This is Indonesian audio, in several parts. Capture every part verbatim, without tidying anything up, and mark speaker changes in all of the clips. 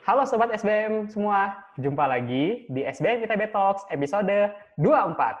Speaker 1: Halo Sobat S B M semua, jumpa lagi di S B M I T B Talks episode dua puluh empat.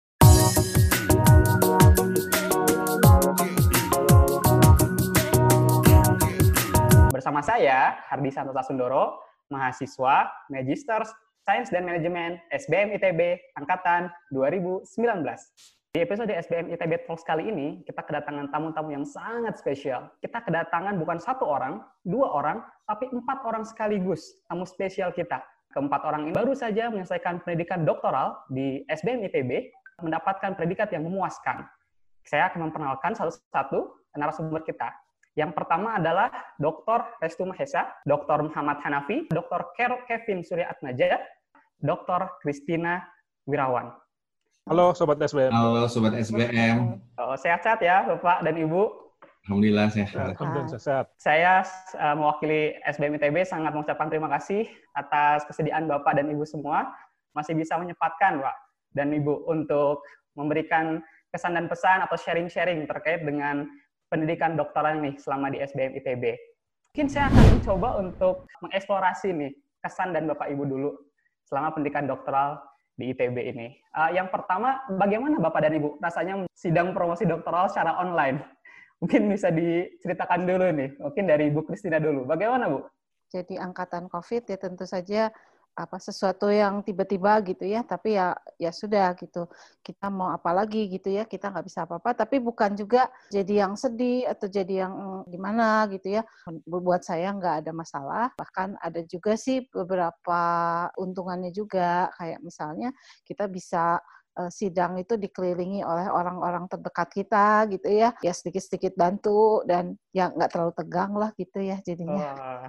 Speaker 1: Bersama saya, Hardi Santosa Sundoro, mahasiswa Magister Sains dan Manajemen S B M I T B Angkatan dua ribu sembilan belas. Di episode S B M I T B Talks kali ini, kita kedatangan tamu-tamu yang sangat spesial. Kita kedatangan bukan satu orang, dua orang, tapi empat orang sekaligus tamu spesial kita. Keempat orang ini baru saja menyelesaikan pendidikan doktoral di S B M I T B, mendapatkan predikat yang memuaskan. Saya akan memperkenalkan satu-satu narasumber kita. Yang pertama adalah Doktor Restu Mahesa, Doktor Muhammad Hanafi, Doktor Kevin Surya Atmaja, Doktor Christina Wirawan.
Speaker 2: Halo Sobat S B M.
Speaker 3: Halo Sobat S B M.
Speaker 1: Oh, sehat-sehat ya Bapak dan Ibu?
Speaker 3: Alhamdulillah sehat.
Speaker 2: Alhamdulillah sehat.
Speaker 1: Saya uh, mewakili S B M I T B sangat mengucapkan terima kasih atas kesediaan Bapak dan Ibu semua masih bisa menyempatkan Pak dan Ibu untuk memberikan kesan dan pesan atau sharing-sharing terkait dengan pendidikan doktoral nih selama di S B M I T B. Mungkin saya akan mencoba untuk mengeksplorasi nih kesan dan Bapak Ibu dulu selama pendidikan doktoral di I T B ini. Uh, yang pertama, bagaimana Bapak dan Ibu rasanya sidang promosi doktoral secara online? Mungkin bisa diceritakan dulu nih, mungkin dari Bu Christina dulu. Bagaimana Bu?
Speaker 4: Jadi angkatan COVID ya tentu saja apa sesuatu yang tiba-tiba gitu ya, tapi ya ya sudah gitu. Kita mau apa lagi gitu ya, kita nggak bisa apa-apa, tapi bukan juga jadi yang sedih atau jadi yang gimana gitu ya. Buat saya nggak ada masalah, bahkan ada juga sih beberapa untungannya juga, kayak misalnya kita bisa uh, sidang itu dikelilingi oleh orang-orang terdekat kita gitu ya, ya sedikit-sedikit bantu dan ya nggak terlalu tegang lah gitu ya jadinya.
Speaker 1: Oh.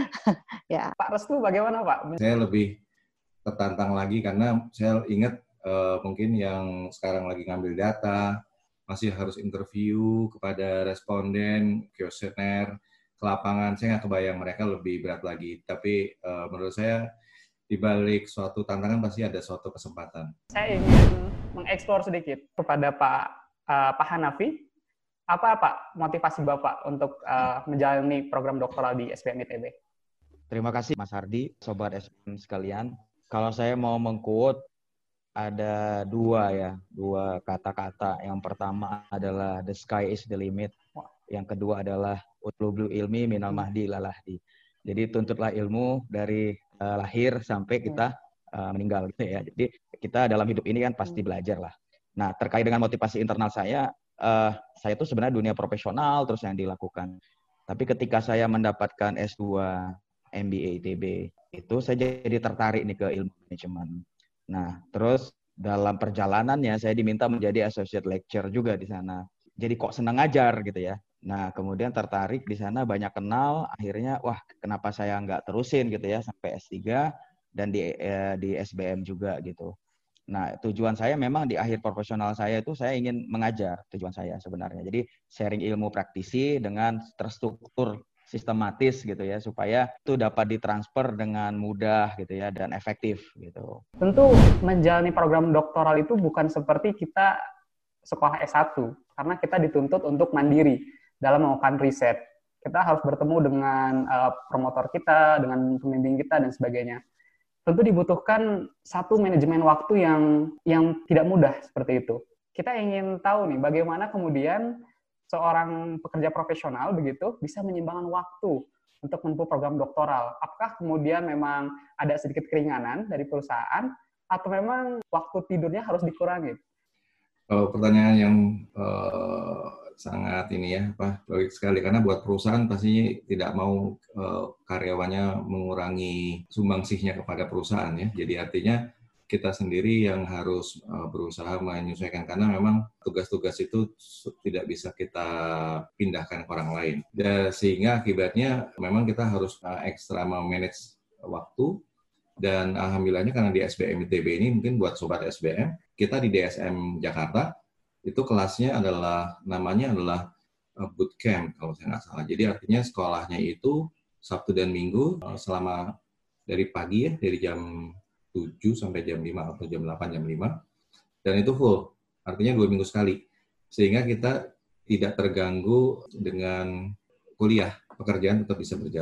Speaker 4: Ya.
Speaker 1: Pak Restu bagaimana Pak?
Speaker 3: Saya lebih tertantang lagi karena saya ingat uh, mungkin yang sekarang lagi ngambil data, masih harus interview kepada responden, kuesioner, ke lapangan. Saya nggak kebayang mereka lebih berat lagi. Tapi uh, menurut saya di balik suatu tantangan pasti ada suatu kesempatan.
Speaker 1: Saya ingin mengeksplor sedikit kepada Pak uh, Pak Hanafi. Apa Pak motivasi Bapak untuk uh, menjalani program doktoral di S B M I T B?
Speaker 5: Terima kasih Mas Hardi, Sobat S B M sekalian. Kalau saya mau meng-quote, ada dua ya, dua kata-kata. Yang pertama adalah the sky is the limit. Yang kedua adalah utlubul ilmi minal mahdi ilalahdi. Jadi tuntutlah ilmu dari uh, lahir sampai kita uh, meninggal gitu ya. Jadi kita dalam hidup ini kan pasti belajar lah. Nah, terkait dengan motivasi internal saya, uh, saya tuh sebenarnya dunia profesional terus yang dilakukan. Tapi ketika saya mendapatkan S dua M B A I T B, itu saya jadi tertarik nih ke ilmu manajemen. Nah, terus dalam perjalanannya saya diminta menjadi associate lecturer juga di sana. Jadi kok senang ngajar gitu ya. Nah, kemudian tertarik di sana, banyak kenal, akhirnya wah kenapa saya nggak terusin gitu ya sampai S tiga dan di eh, di S B M juga gitu. Nah, tujuan saya memang di akhir profesional saya itu saya ingin mengajar, tujuan saya sebenarnya. Jadi sharing ilmu praktisi dengan terstruktur sistematis gitu ya, supaya itu dapat ditransfer dengan mudah gitu ya dan efektif gitu.
Speaker 1: Tentu menjalani program doktoral itu bukan seperti kita sekolah S satu, karena kita dituntut untuk mandiri dalam melakukan riset. Kita harus bertemu dengan uh, promotor kita, dengan pembimbing kita dan sebagainya. Tentu dibutuhkan satu manajemen waktu yang yang tidak mudah seperti itu. Kita ingin tahu nih bagaimana kemudian seorang pekerja profesional begitu bisa menyeimbangkan waktu untuk menempuh program doktoral. Apakah kemudian memang ada sedikit keringanan dari perusahaan atau memang waktu tidurnya harus dikurangi?
Speaker 3: Kalau pertanyaan yang uh, sangat ini ya, apa logik sekali karena buat perusahaan pasti tidak mau uh, karyawannya mengurangi sumbangsihnya kepada perusahaan ya. Jadi artinya kita sendiri yang harus uh, berusaha menyesuaikan karena memang tugas-tugas itu tidak bisa kita pindahkan ke orang lain. Dan sehingga akibatnya memang kita harus uh, ekstra memanage waktu dan alhamdulillahnya karena di S B M I T B ini mungkin buat sobat S B M, kita di D S M Jakarta itu kelasnya adalah namanya adalah uh, bootcamp kalau saya nggak salah. Jadi artinya sekolahnya itu Sabtu dan Minggu uh, selama dari pagi ya, dari jam tujuh sampai jam lima atau jam delapan, jam lima. Dan itu full, artinya dua minggu sekali. Sehingga kita tidak terganggu dengan kuliah, pekerjaan tetap bisa berjalan.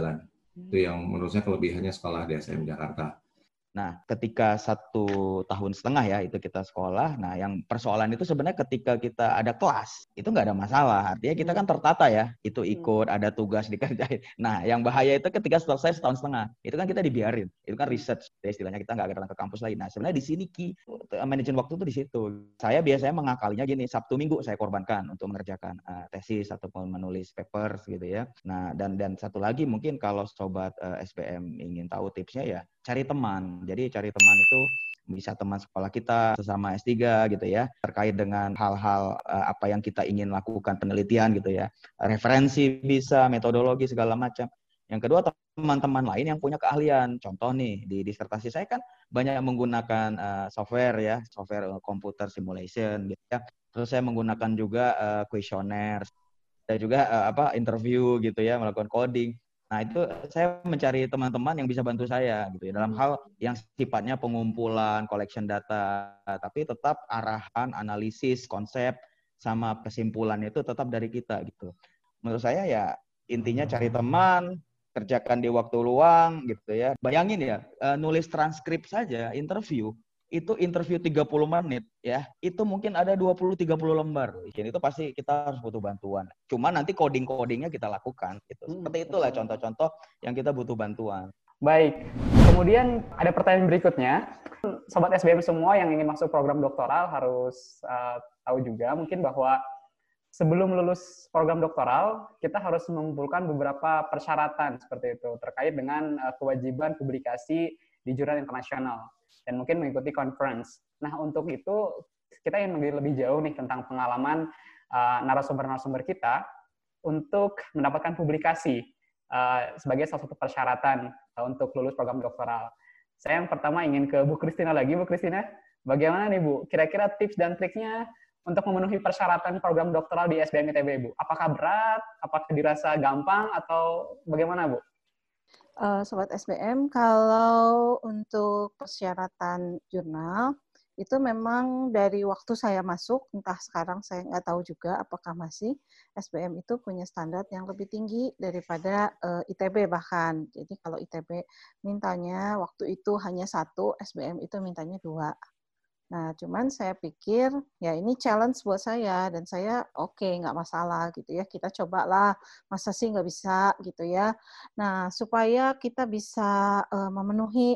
Speaker 3: Itu yang menurut saya kelebihannya sekolah di S B M Jakarta.
Speaker 5: Nah, ketika satu tahun setengah ya itu kita sekolah, nah yang persoalan itu sebenarnya ketika kita ada kelas, itu nggak ada masalah. Artinya kita kan tertata ya, itu ikut, ada tugas dikerjain. Nah, yang bahaya itu ketika selesai setahun setengah, itu kan kita dibiarin. Itu kan research, ya istilahnya kita nggak datang ke kampus lagi. Nah, sebenarnya di sini Ki, manajemen waktu itu di situ. Saya biasanya mengakalinya gini, Sabtu Minggu saya korbankan untuk mengerjakan uh, tesis ataupun menulis papers gitu ya. Nah, dan dan satu lagi mungkin kalau sobat uh, S B M ingin tahu tipsnya ya, cari teman. Jadi cari teman itu bisa teman sekolah kita sesama S tiga gitu ya, terkait dengan hal-hal uh, apa yang kita ingin lakukan penelitian gitu ya. Referensi bisa, metodologi segala macam. Yang kedua, teman-teman lain yang punya keahlian. Contoh nih, di disertasi saya kan banyak yang menggunakan uh, software ya, software uh, computer simulation gitu ya. Terus saya menggunakan juga uh, questionnaire dan juga uh, apa interview gitu ya, melakukan coding. Nah, itu saya mencari teman-teman yang bisa bantu saya gitu ya dalam hal yang sifatnya pengumpulan, collection data, tapi tetap arahan, analisis, konsep sama kesimpulannya itu tetap dari kita gitu. Menurut saya ya intinya cari teman, kerjakan di waktu luang gitu ya. Bayangin ya, nulis transkrip saja interview itu interview tiga puluh menit ya, itu mungkin ada dua puluh sampai tiga puluh lembar. Jadi itu pasti kita harus butuh bantuan. Cuma nanti coding-codingnya kita lakukan gitu. Seperti itulah contoh-contoh yang kita butuh bantuan.
Speaker 1: Baik, kemudian ada pertanyaan berikutnya. Sobat S B M semua yang ingin masuk program doktoral harus uh, tahu juga mungkin bahwa sebelum lulus program doktoral, kita harus mengumpulkan beberapa persyaratan seperti itu terkait dengan uh, kewajiban publikasi di jurnal internasional dan mungkin mengikuti conference. Nah, untuk itu kita ingin menggali lebih jauh nih tentang pengalaman uh, narasumber-narasumber kita untuk mendapatkan publikasi uh, sebagai salah satu persyaratan uh, untuk lulus program doktoral. Saya yang pertama ingin ke Bu Christina lagi. Bu Christina, bagaimana nih Bu? Kira-kira tips dan triknya untuk memenuhi persyaratan program doktoral di S B M I T B, Bu? Apakah berat? Apakah dirasa gampang? Atau bagaimana, Bu?
Speaker 4: Uh, Sobat S B M, kalau untuk persyaratan jurnal, itu memang dari waktu saya masuk, entah sekarang saya nggak tahu juga apakah masih, S B M itu punya standar yang lebih tinggi daripada uh, I T B bahkan. Jadi kalau I T B mintanya waktu itu hanya satu, S B M itu mintanya dua. Nah, cuman saya pikir, ya ini challenge buat saya, dan saya oke, okay, nggak masalah gitu ya, kita cobalah, masa sih nggak bisa gitu ya. Nah, supaya kita bisa uh, memenuhi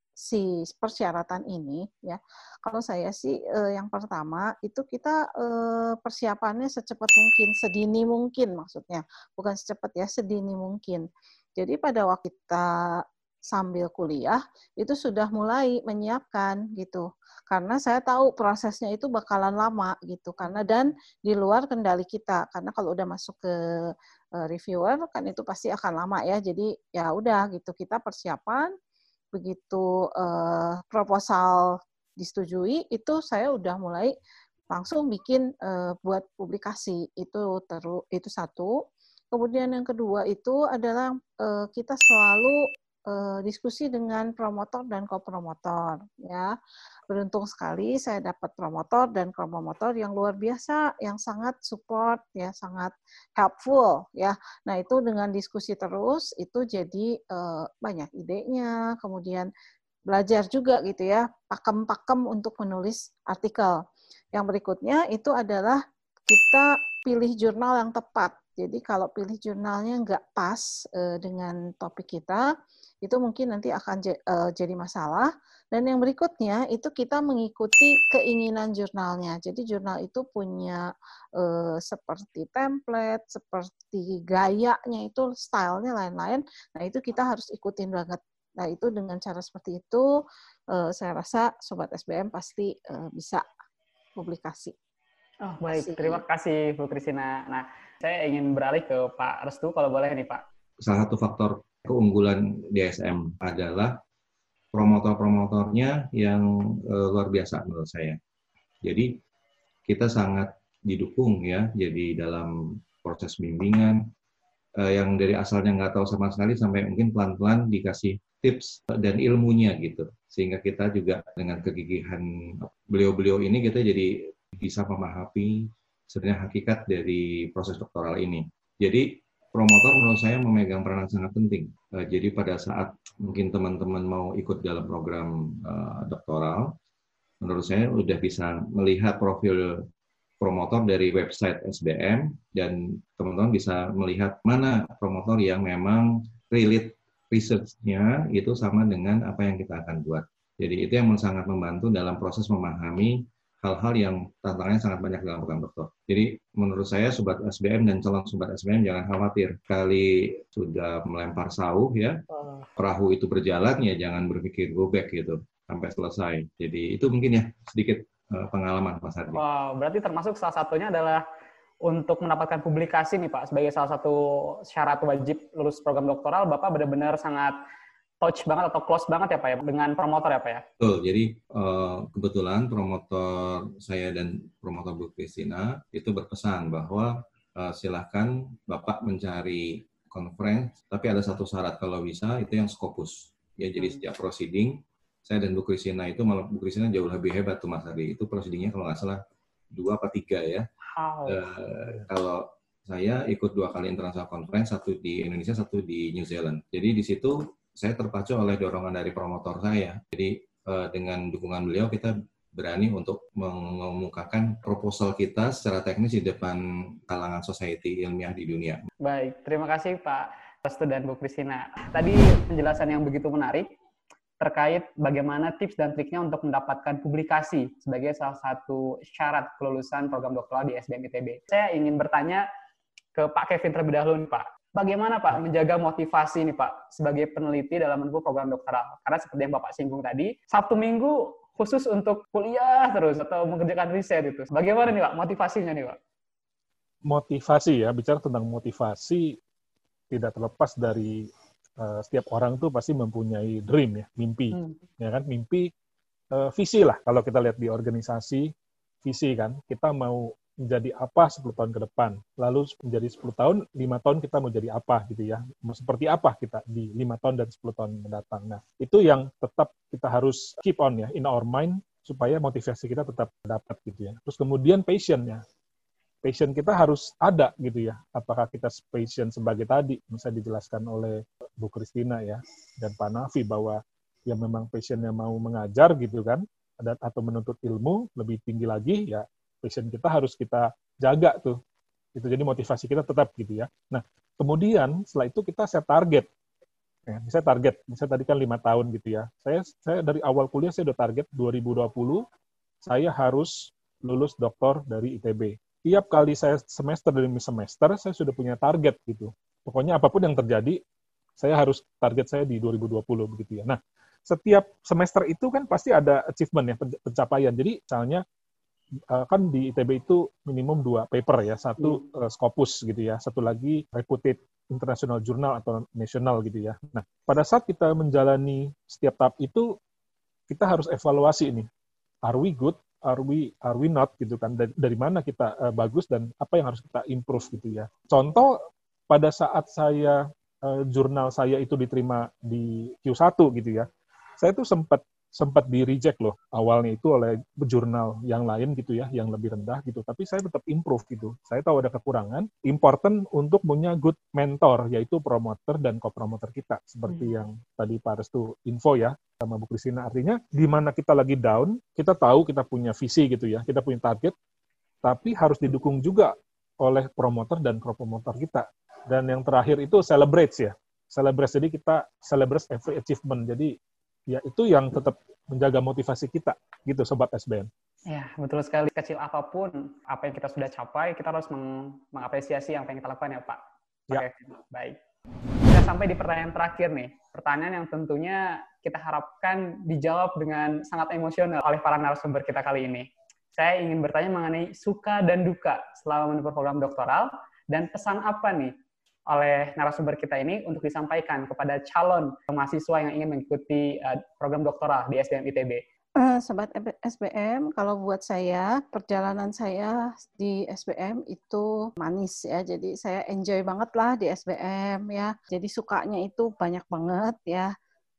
Speaker 4: si persyaratan ini, ya, kalau saya sih uh, yang pertama, itu kita uh, persiapannya secepat mungkin, sedini mungkin maksudnya, bukan secepat ya, sedini mungkin. Jadi pada waktu kita sambil kuliah, itu sudah mulai menyiapkan gitu. Karena saya tahu prosesnya itu bakalan lama gitu, karena dan di luar kendali kita. Karena kalau udah masuk ke uh, reviewer kan itu pasti akan lama ya. Jadi ya udah gitu, kita persiapan begitu uh, proposal disetujui, itu saya udah mulai langsung bikin uh, buat publikasi. Itu teru itu satu. Kemudian yang kedua itu adalah uh, kita selalu uh, diskusi dengan promotor dan kopromotor ya. Beruntung sekali saya dapat promotor dan kopromotor yang luar biasa, yang sangat support ya, sangat helpful ya. Nah, itu dengan diskusi terus itu jadi uh, banyak idenya, kemudian belajar juga gitu ya, pakem-pakem untuk menulis artikel. Yang berikutnya itu adalah kita pilih jurnal yang tepat. Jadi kalau pilih jurnalnya nggak pas uh, dengan topik kita, itu mungkin nanti akan uh, jadi masalah. Dan yang berikutnya itu kita mengikuti keinginan jurnalnya. Jadi jurnal itu punya uh, seperti template, seperti gayanya itu, stylenya lain-lain. Nah itu kita harus ikutin banget. Nah itu dengan cara seperti itu, uh, saya rasa Sobat S B M pasti uh, bisa publikasi.
Speaker 1: Oh baik, terima kasih Bu Christina. Nah, saya ingin beralih ke Pak Restu, kalau boleh nih Pak.
Speaker 3: Salah satu faktor keunggulan D S M adalah promotor-promotornya yang uh, luar biasa menurut saya. Jadi kita sangat didukung ya, jadi dalam proses bimbingan uh, yang dari asalnya nggak tahu sama sekali sampai mungkin pelan-pelan dikasih tips dan ilmunya gitu. Sehingga kita juga dengan kegigihan beliau-beliau ini kita jadi bisa memahami sebenarnya hakikat dari proses doktoral ini. Jadi promotor menurut saya memegang peran yang sangat penting. Uh, jadi pada saat mungkin teman-teman mau ikut dalam program uh, doktoral, menurut saya udah bisa melihat profil promotor dari website S B M dan teman-teman bisa melihat mana promotor yang memang relate research-nya itu sama dengan apa yang kita akan buat. Jadi itu yang sangat membantu dalam proses memahami hal-hal yang tantangannya sangat banyak dalam program doktor. Jadi menurut saya sobat S B M dan calon sobat S B M jangan khawatir. Kali sudah melempar sauh ya, perahu itu berjalan ya jangan berpikir go back gitu sampai selesai. Jadi itu mungkin ya sedikit uh, pengalaman Mas Ardi.
Speaker 1: Wow, berarti termasuk salah satunya adalah untuk mendapatkan publikasi nih Pak, sebagai salah satu syarat wajib lulus program doktoral, Bapak benar-benar sangat touch banget atau close banget ya Pak ya, dengan promotor ya Pak ya?
Speaker 3: Betul, jadi uh, kebetulan promotor saya dan promotor Bu Christina itu berpesan bahwa uh, silahkan Bapak mencari conference, tapi ada satu syarat kalau bisa, itu yang Scopus. Ya, jadi setiap proceeding, saya dan Bu Christina itu, malah Bu Christina jauh lebih hebat tuh Mas Ardi, itu proceedingnya kalau nggak salah dua atau tiga ya.
Speaker 1: Wow.
Speaker 3: Uh, kalau saya ikut dua kali international conference, satu di Indonesia, satu di New Zealand. Jadi di situ saya terpacu oleh dorongan dari promotor saya. Jadi uh, dengan dukungan beliau kita berani untuk mengemukakan proposal kita secara teknis di depan kalangan society ilmiah di dunia.
Speaker 1: Baik, terima kasih Pak Restu dan Bu Christina. Tadi penjelasan yang begitu menarik terkait bagaimana tips dan triknya untuk mendapatkan publikasi sebagai salah satu syarat kelulusan program doktoral di S B M I T B. Saya ingin bertanya ke Pak Kevin terlebih dahulu nih Pak. Bagaimana Pak menjaga motivasi nih Pak sebagai peneliti dalam menempuh program doktoral? Karena seperti yang Bapak singgung tadi, Sabtu Minggu khusus untuk kuliah terus atau mengerjakan riset itu. Bagaimana nih Pak motivasinya nih Pak?
Speaker 2: Motivasi ya, bicara tentang motivasi tidak terlepas dari uh, setiap orang tuh pasti mempunyai dream ya, mimpi. Hmm. Ya kan, mimpi uh, visi lah kalau kita lihat di organisasi, visi kan, kita mau menjadi apa sepuluh tahun ke depan, lalu menjadi sepuluh tahun, lima tahun kita mau jadi apa gitu ya, seperti apa kita di lima tahun dan sepuluh tahun mendatang. Nah, itu yang tetap kita harus keep on ya, in our mind, supaya motivasi kita tetap dapat gitu ya. Terus kemudian passion-nya, passion kita harus ada gitu ya, apakah kita passion sebagai tadi, misalnya dijelaskan oleh Bu Christina ya, dan Pak Nafi bahwa ya memang passion-nya mau mengajar gitu kan, atau menuntut ilmu lebih tinggi lagi ya, passion kita harus kita jaga tuh. Itu jadi motivasi kita tetap gitu ya. Nah, kemudian setelah itu kita set target. Ya, misalnya target, misalnya tadi kan lima tahun gitu ya. Saya saya dari awal kuliah saya udah target dua ribu dua puluh saya harus lulus doktor dari I T B. Tiap kali saya semester demi semester saya sudah punya target gitu. Pokoknya apapun yang terjadi, saya harus target saya di dua ribu dua puluh begitu ya. Nah, setiap semester itu kan pasti ada achievement ya, pencapaian. Jadi misalnya kan di I T B itu minimum dua paper ya, satu uh, Scopus gitu ya, satu lagi reputed international journal atau national gitu ya. Nah, pada saat kita menjalani setiap tahap itu, kita harus evaluasi ini, are we good, are we are we not gitu kan, dari, dari mana kita uh, bagus dan apa yang harus kita improve gitu ya. Contoh, pada saat saya uh, jurnal saya itu diterima di Q satu gitu ya, saya tuh sempat sempat di-reject loh awalnya itu oleh jurnal yang lain gitu ya, yang lebih rendah gitu. Tapi saya tetap improve gitu. Saya tahu ada kekurangan, important untuk punya good mentor, yaitu promoter dan co-promoter kita. Seperti hmm. yang tadi Pak Restu info ya, sama Bu Christina. Artinya, di mana kita lagi down, kita tahu kita punya visi gitu ya, kita punya target, tapi harus didukung juga oleh promoter dan co-promoter kita. Dan yang terakhir itu celebrate ya. Celebrate, jadi kita celebrate every achievement. Jadi, ya itu yang tetap menjaga motivasi kita, gitu Sobat S B M.
Speaker 1: Ya, betul sekali. Kecil apapun, apa yang kita sudah capai, kita harus meng mengapresiasi apa yang kita lakukan ya Pak.
Speaker 2: Ya.
Speaker 1: Oke, baik. Kita sampai di pertanyaan terakhir nih. Pertanyaan yang tentunya kita harapkan dijawab dengan sangat emosional oleh para narasumber kita kali ini. Saya ingin bertanya mengenai suka dan duka selama menempuh program doktoral, dan pesan apa nih oleh narasumber kita ini untuk disampaikan kepada calon mahasiswa yang ingin mengikuti uh, program doktoral di S B M I T B.
Speaker 4: Uh, Sobat S B M, kalau buat saya, perjalanan saya di S B M itu manis ya. Jadi saya enjoy banget lah di S B M ya. Jadi sukanya itu banyak banget ya.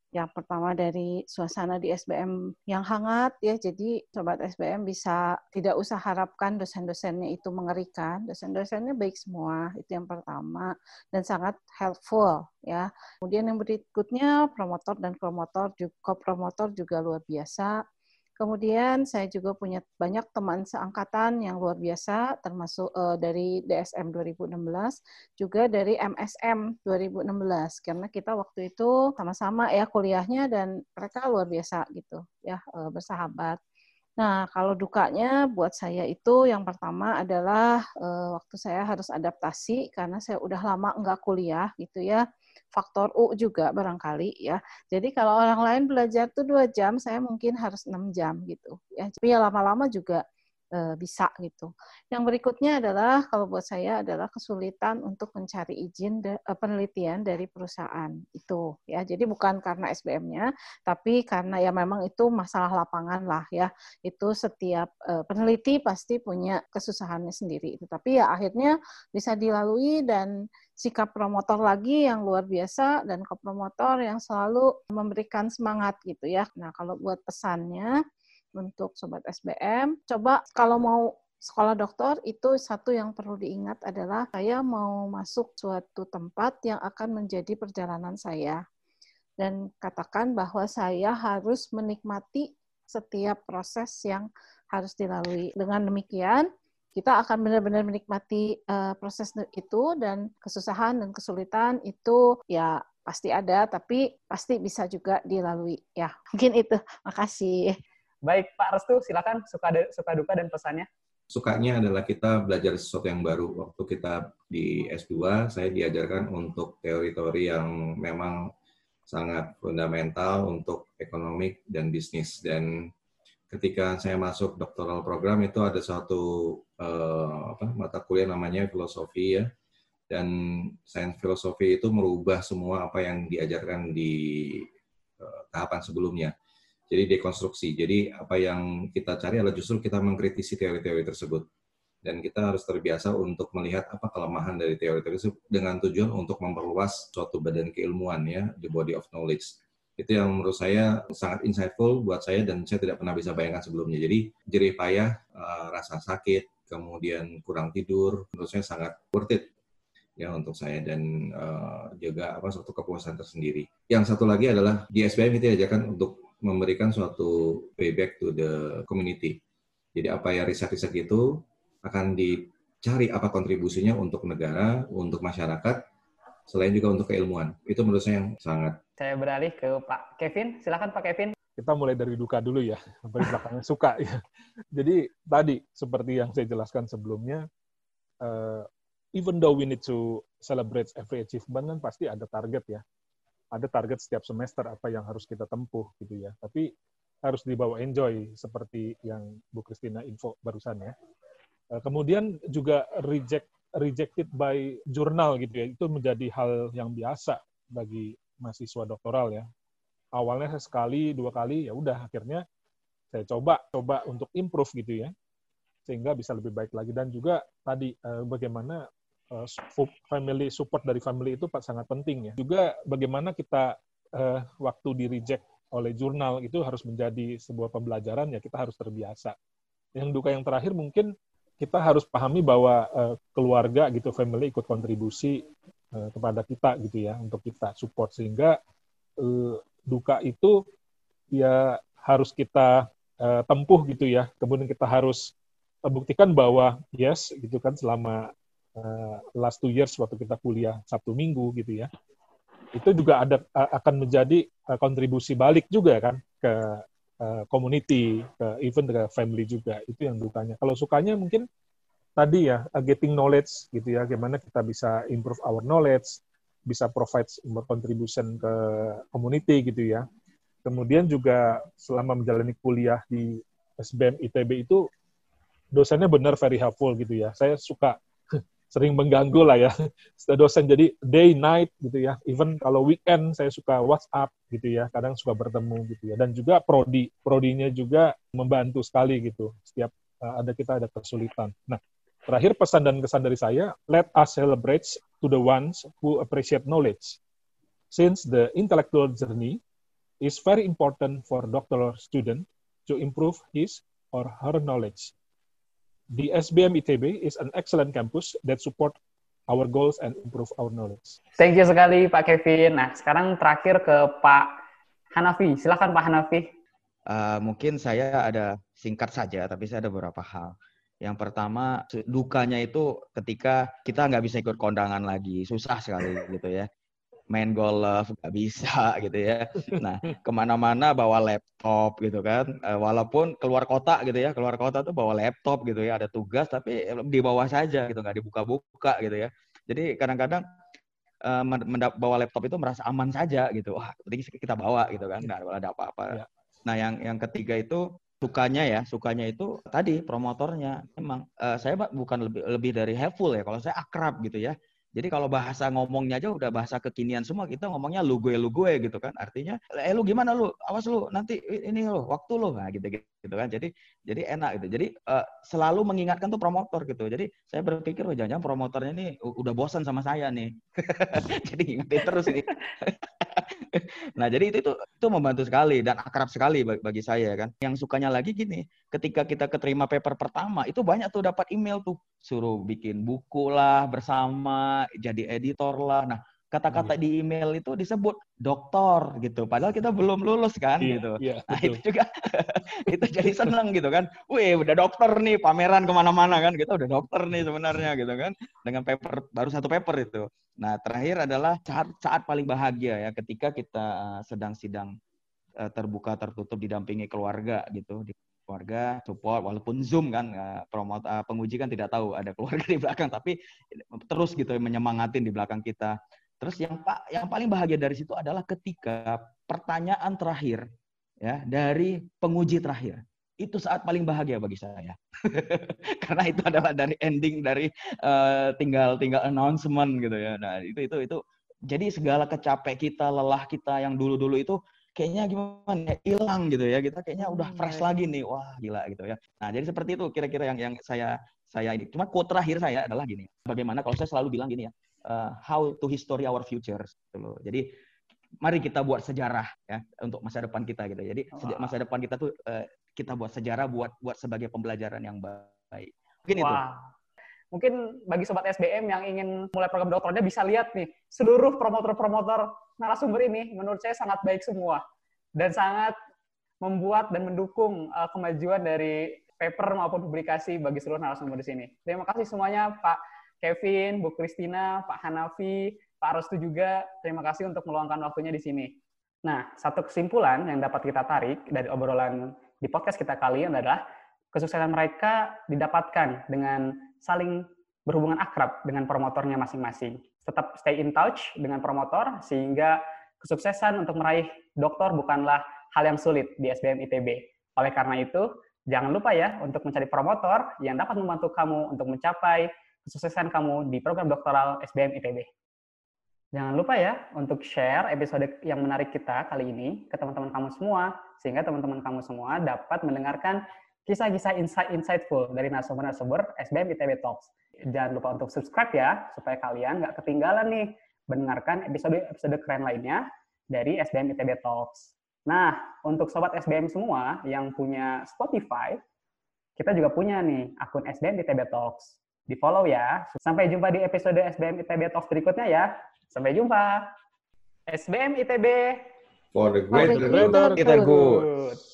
Speaker 4: Yang pertama dari suasana di S B M yang hangat ya, jadi Sobat S B M bisa tidak usah harapkan dosen-dosennya itu mengerikan, dosen-dosennya baik semua, itu yang pertama, dan sangat helpful ya. Kemudian yang berikutnya promotor dan promotor, co-promotor juga luar biasa. Kemudian saya juga punya banyak teman seangkatan yang luar biasa, termasuk uh, dari D S M dua ribu enam belas, juga dari M S M dua ribu enam belas, karena kita waktu itu sama-sama ya kuliahnya dan mereka luar biasa gitu ya, uh, bersahabat. Nah, kalau dukanya buat saya itu yang pertama adalah uh, waktu saya harus adaptasi karena saya udah lama nggak kuliah gitu ya. Faktor U juga barangkali ya. Jadi kalau orang lain belajar tuh dua jam, saya mungkin harus enam jam gitu ya. Tapi ya lama-lama juga e, bisa gitu. Yang berikutnya adalah kalau buat saya adalah kesulitan untuk mencari izin de, e, penelitian dari perusahaan itu ya. Jadi bukan karena S B M-nya, tapi karena ya memang itu masalah lapangan lah ya. Itu setiap e, peneliti pasti punya kesusahannya sendiri. Tapi ya akhirnya bisa dilalui dan sikap promotor lagi yang luar biasa dan kopromotor yang selalu memberikan semangat gitu ya. Nah, kalau buat pesannya untuk Sobat S B M, coba kalau mau sekolah doktor itu satu yang perlu diingat adalah saya mau masuk suatu tempat yang akan menjadi perjalanan saya. Dan katakan bahwa saya harus menikmati setiap proses yang harus dilalui. Dengan demikian, kita akan benar-benar menikmati uh, proses itu dan kesusahan dan kesulitan itu ya pasti ada, tapi pasti bisa juga dilalui. Ya, mungkin itu. Makasih.
Speaker 1: Baik, Pak Restu, silakan suka suka duka dan pesannya.
Speaker 3: Sukanya adalah kita belajar sesuatu yang baru. Waktu kita di S dua, saya diajarkan untuk teori-teori yang memang sangat fundamental untuk ekonomi dan bisnis. Dan ketika saya masuk doktoral program itu ada suatu uh, apa, mata kuliah namanya filosofi ya, dan sains filosofi itu merubah semua apa yang diajarkan di uh, tahapan sebelumnya. Jadi dekonstruksi. Jadi apa yang kita cari adalah justru kita mengkritisi teori-teori tersebut, dan kita harus terbiasa untuk melihat apa kelemahan dari teori-teori tersebut dengan tujuan untuk memperluas suatu badan keilmuan ya, the body of knowledge. Itu yang menurut saya sangat insightful buat saya dan saya tidak pernah bisa bayangkan sebelumnya. Jadi jerih payah, uh, rasa sakit, kemudian kurang tidur, menurut saya sangat worth it ya untuk saya, dan uh, juga apa suatu kepuasan tersendiri. Yang satu lagi adalah di S B M itu diajarkan untuk memberikan suatu payback to the community. Jadi apa ya riset-riset itu akan dicari apa kontribusinya untuk negara, untuk masyarakat, selain juga untuk keilmuan. Itu menurut saya yang sangat.
Speaker 1: Saya beralih ke Pak Kevin. Silakan Pak Kevin.
Speaker 2: Kita mulai dari duka dulu ya, sampai belakangnya suka ya. Jadi tadi seperti yang saya jelaskan sebelumnya, uh, even though we need to celebrate every achievement, kan pasti ada target ya. Ada target setiap semester apa yang harus kita tempuh gitu ya. Tapi harus dibawa enjoy seperti yang Bu Christina info barusan ya. Uh, kemudian juga reject rejected by jurnal gitu ya. Itu menjadi hal yang biasa bagi mahasiswa doktoral ya. Awalnya saya sekali, dua kali, ya udah akhirnya saya coba coba untuk improve gitu ya. Sehingga bisa lebih baik lagi. Dan juga tadi eh, bagaimana eh, family support dari family itu sangat penting ya. Juga bagaimana kita eh, waktu di reject oleh jurnal itu harus menjadi sebuah pembelajaran ya, kita harus terbiasa. Yang duka yang terakhir mungkin kita harus pahami bahwa uh, keluarga gitu, family ikut kontribusi uh, kepada kita gitu ya, untuk kita support, sehingga uh, duka itu ya harus kita uh, tempuh gitu ya. Kemudian kita harus uh, buktikan bahwa yes gitu kan, selama uh, last two years waktu kita kuliah Sabtu Minggu gitu ya, itu juga ada uh, akan menjadi uh, kontribusi balik juga kan ke Uh, community, uh, even ke family juga. Itu yang dukanya. Kalau sukanya mungkin tadi ya, uh, getting knowledge gitu ya, bagaimana kita bisa improve our knowledge, bisa provide contribution ke community gitu ya. Kemudian juga selama menjalani kuliah di S B M I T B itu dosennya benar very helpful gitu ya. Saya suka sering mengganggu lah ya dosen, jadi day night gitu ya, even kalau weekend saya suka WhatsApp gitu ya, kadang suka bertemu gitu ya. Dan juga prodi prodinya juga membantu sekali gitu setiap uh, ada kita ada kesulitan. Nah, terakhir pesan dan kesan dari saya, let us celebrate to the ones who appreciate knowledge, since the intellectual journey is very important for doctoral student to improve his or her knowledge. The S B M I T B is an excellent campus that support our goals and improve our knowledge.
Speaker 1: Thank you sekali Pak Kevin. Nah, sekarang terakhir ke Pak Hanafi. Silakan Pak Hanafi.
Speaker 5: Uh, mungkin saya ada singkat saja, tapi saya ada beberapa hal. Yang pertama, dukanya itu ketika kita nggak bisa ikut kondangan lagi. Susah sekali gitu ya. Main golf nggak bisa gitu ya. Nah, kemana-mana bawa laptop gitu kan. E, walaupun keluar kota gitu ya, keluar kota tuh bawa laptop gitu ya. Ada tugas tapi di bawah saja gitu, nggak dibuka-buka gitu ya. Jadi kadang-kadang e, bawa laptop itu merasa aman saja gitu. Wah, penting kita bawa gitu kan, nggak ada apa-apa. Nah, yang yang ketiga itu sukanya ya, sukanya itu tadi promotornya. Memang e, saya bukan lebih lebih dari helpful ya. Kalau saya akrab gitu ya. Jadi kalau bahasa ngomongnya aja udah bahasa kekinian semua, kita ngomongnya lu gue lu gue gitu kan. Artinya, eh lu gimana lu? Awas lu nanti ini lu, waktu lu. Nah gitu gitu kan. Jadi jadi enak gitu. Jadi uh, selalu mengingatkan tuh promotor gitu. Jadi saya berpikir, oh jangan-jangan promotornya nih udah bosan sama saya nih. Jadi ingetin terus ini. Nah, jadi itu, itu itu membantu sekali dan akrab sekali bagi saya kan. Yang sukanya lagi gini, ketika kita keterima paper pertama, itu banyak tuh dapat email tuh, suruh bikin buku lah bersama, jadi editor lah. Nah, kata-kata yeah. di email itu disebut doktor gitu. Padahal kita belum lulus kan yeah, gitu. Yeah, nah, betul. Itu juga itu jadi seneng gitu kan. Wih, udah dokter nih, pameran kemana-mana kan. Kita udah dokter nih sebenarnya gitu kan. Dengan paper, baru satu paper itu. Nah, terakhir adalah saat, saat paling bahagia ya ketika kita uh, sedang sidang uh, terbuka tertutup didampingi keluarga gitu, di keluarga support walaupun Zoom kan uh, promot uh, penguji kan tidak tahu ada keluarga di belakang tapi terus gitu menyemangatin di belakang kita. Terus yang pak yang paling bahagia dari situ adalah ketika pertanyaan terakhir ya dari penguji terakhir. Itu saat paling bahagia bagi saya. Karena itu adalah dari ending dari uh, tinggal tinggal announcement gitu ya. Nah, itu itu itu jadi segala kecapek kita, lelah kita yang dulu-dulu itu kayaknya gimana ya, hilang gitu ya. Kita kayaknya udah fresh lagi nih. Wah, gila gitu ya. Nah, jadi seperti itu kira-kira yang yang saya saya ini. Cuma quote terakhir saya adalah gini. Bagaimana kalau saya selalu bilang gini ya, uh, how to history our futures gitu loh. Jadi mari kita buat sejarah ya untuk masa depan kita gitu. Jadi wow. masa depan kita tuh uh, kita buat sejarah buat buat sebagai pembelajaran yang baik. Mungkin wow. itu.
Speaker 1: Mungkin bagi sobat S B M yang ingin mulai program doktornya bisa lihat nih seluruh promotor-promotor narasumber ini menurut saya sangat baik semua dan sangat membuat dan mendukung uh, kemajuan dari paper maupun publikasi bagi seluruh narasumber di sini. Terima kasih semuanya Pak Kevin, Bu Christina, Pak Hanafi, Pak Restu juga. Terima kasih untuk meluangkan waktunya di sini. Nah, satu kesimpulan yang dapat kita tarik dari obrolan di podcast kita kali ini adalah kesuksesan mereka didapatkan dengan saling berhubungan akrab dengan promotornya masing-masing. Tetap stay in touch dengan promotor sehingga kesuksesan untuk meraih doktor bukanlah hal yang sulit di S B M I T B. Oleh karena itu, jangan lupa ya untuk mencari promotor yang dapat membantu kamu untuk mencapai kesuksesan kamu di program doktoral S B M I T B. Jangan lupa ya untuk share episode yang menarik kita kali ini ke teman-teman kamu semua, sehingga teman-teman kamu semua dapat mendengarkan kisah-kisah insight-insightful dari narasumber-narasumber S B M I T B Talks. Jangan lupa untuk subscribe ya, supaya kalian nggak ketinggalan nih mendengarkan episode-episode keren lainnya dari S B M I T B Talks. Nah, untuk sobat S B M semua yang punya Spotify, kita juga punya nih akun S B M I T B Talks. Di-follow ya. Sampai jumpa di episode S B M I T B Talks berikutnya ya. Sampai jumpa. S B M I T B
Speaker 3: for the greater
Speaker 4: good.
Speaker 5: Kita good.